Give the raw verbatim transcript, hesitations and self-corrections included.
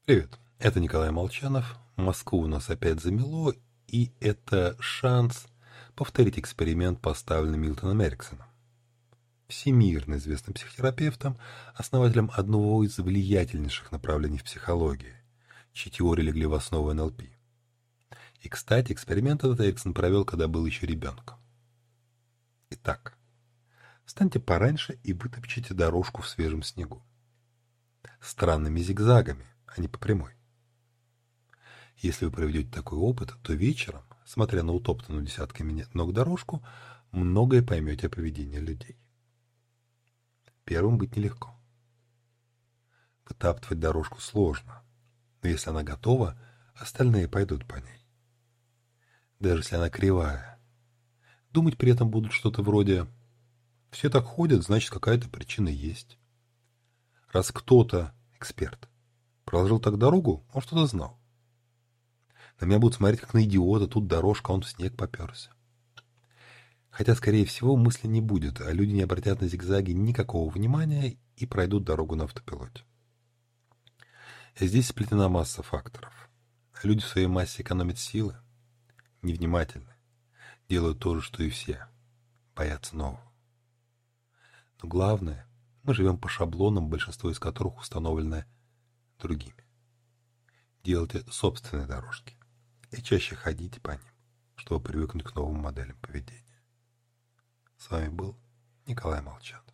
Привет, это Николай Молчанов. Москву у нас опять замело, и это шанс повторить эксперимент, поставленный Милтоном Эриксоном, всемирно известным психотерапевтом, основателем одного из влиятельнейших направлений в психологии, чьи теории легли в основу эн эл пи. И, кстати, эксперимент этот Эриксон провел, когда был еще ребенком. Итак, встаньте пораньше и вытопчите дорожку в свежем снегу. Странными зигзагами, а не по прямой. Если вы проведете такой опыт, то вечером, смотря на утоптанную десятками ног дорожку, многое поймете о поведении людей. Первым быть нелегко. Вытаптывать дорожку сложно, но если она готова, остальные пойдут по ней. Даже если она кривая. Думать при этом будут что-то вроде «все так ходят, значит какая-то причина есть». Раз кто-то, эксперт, проложил так дорогу, он что-то знал. На меня будут смотреть как на идиота, тут дорожка, он в снег поперся. Хотя, скорее всего, мысли не будет, а люди не обратят на зигзаги никакого внимания и пройдут дорогу на автопилоте. Здесь сплетена масса факторов. Люди в своей массе экономят силы, невнимательны, делают то же, что и все, боятся нового. Но главное, мы живем по шаблонам, большинство из которых установлено другими. Делайте собственные дорожки и чаще ходите по ним, чтобы привыкнуть к новым моделям поведения. С вами был Николай Молчанов.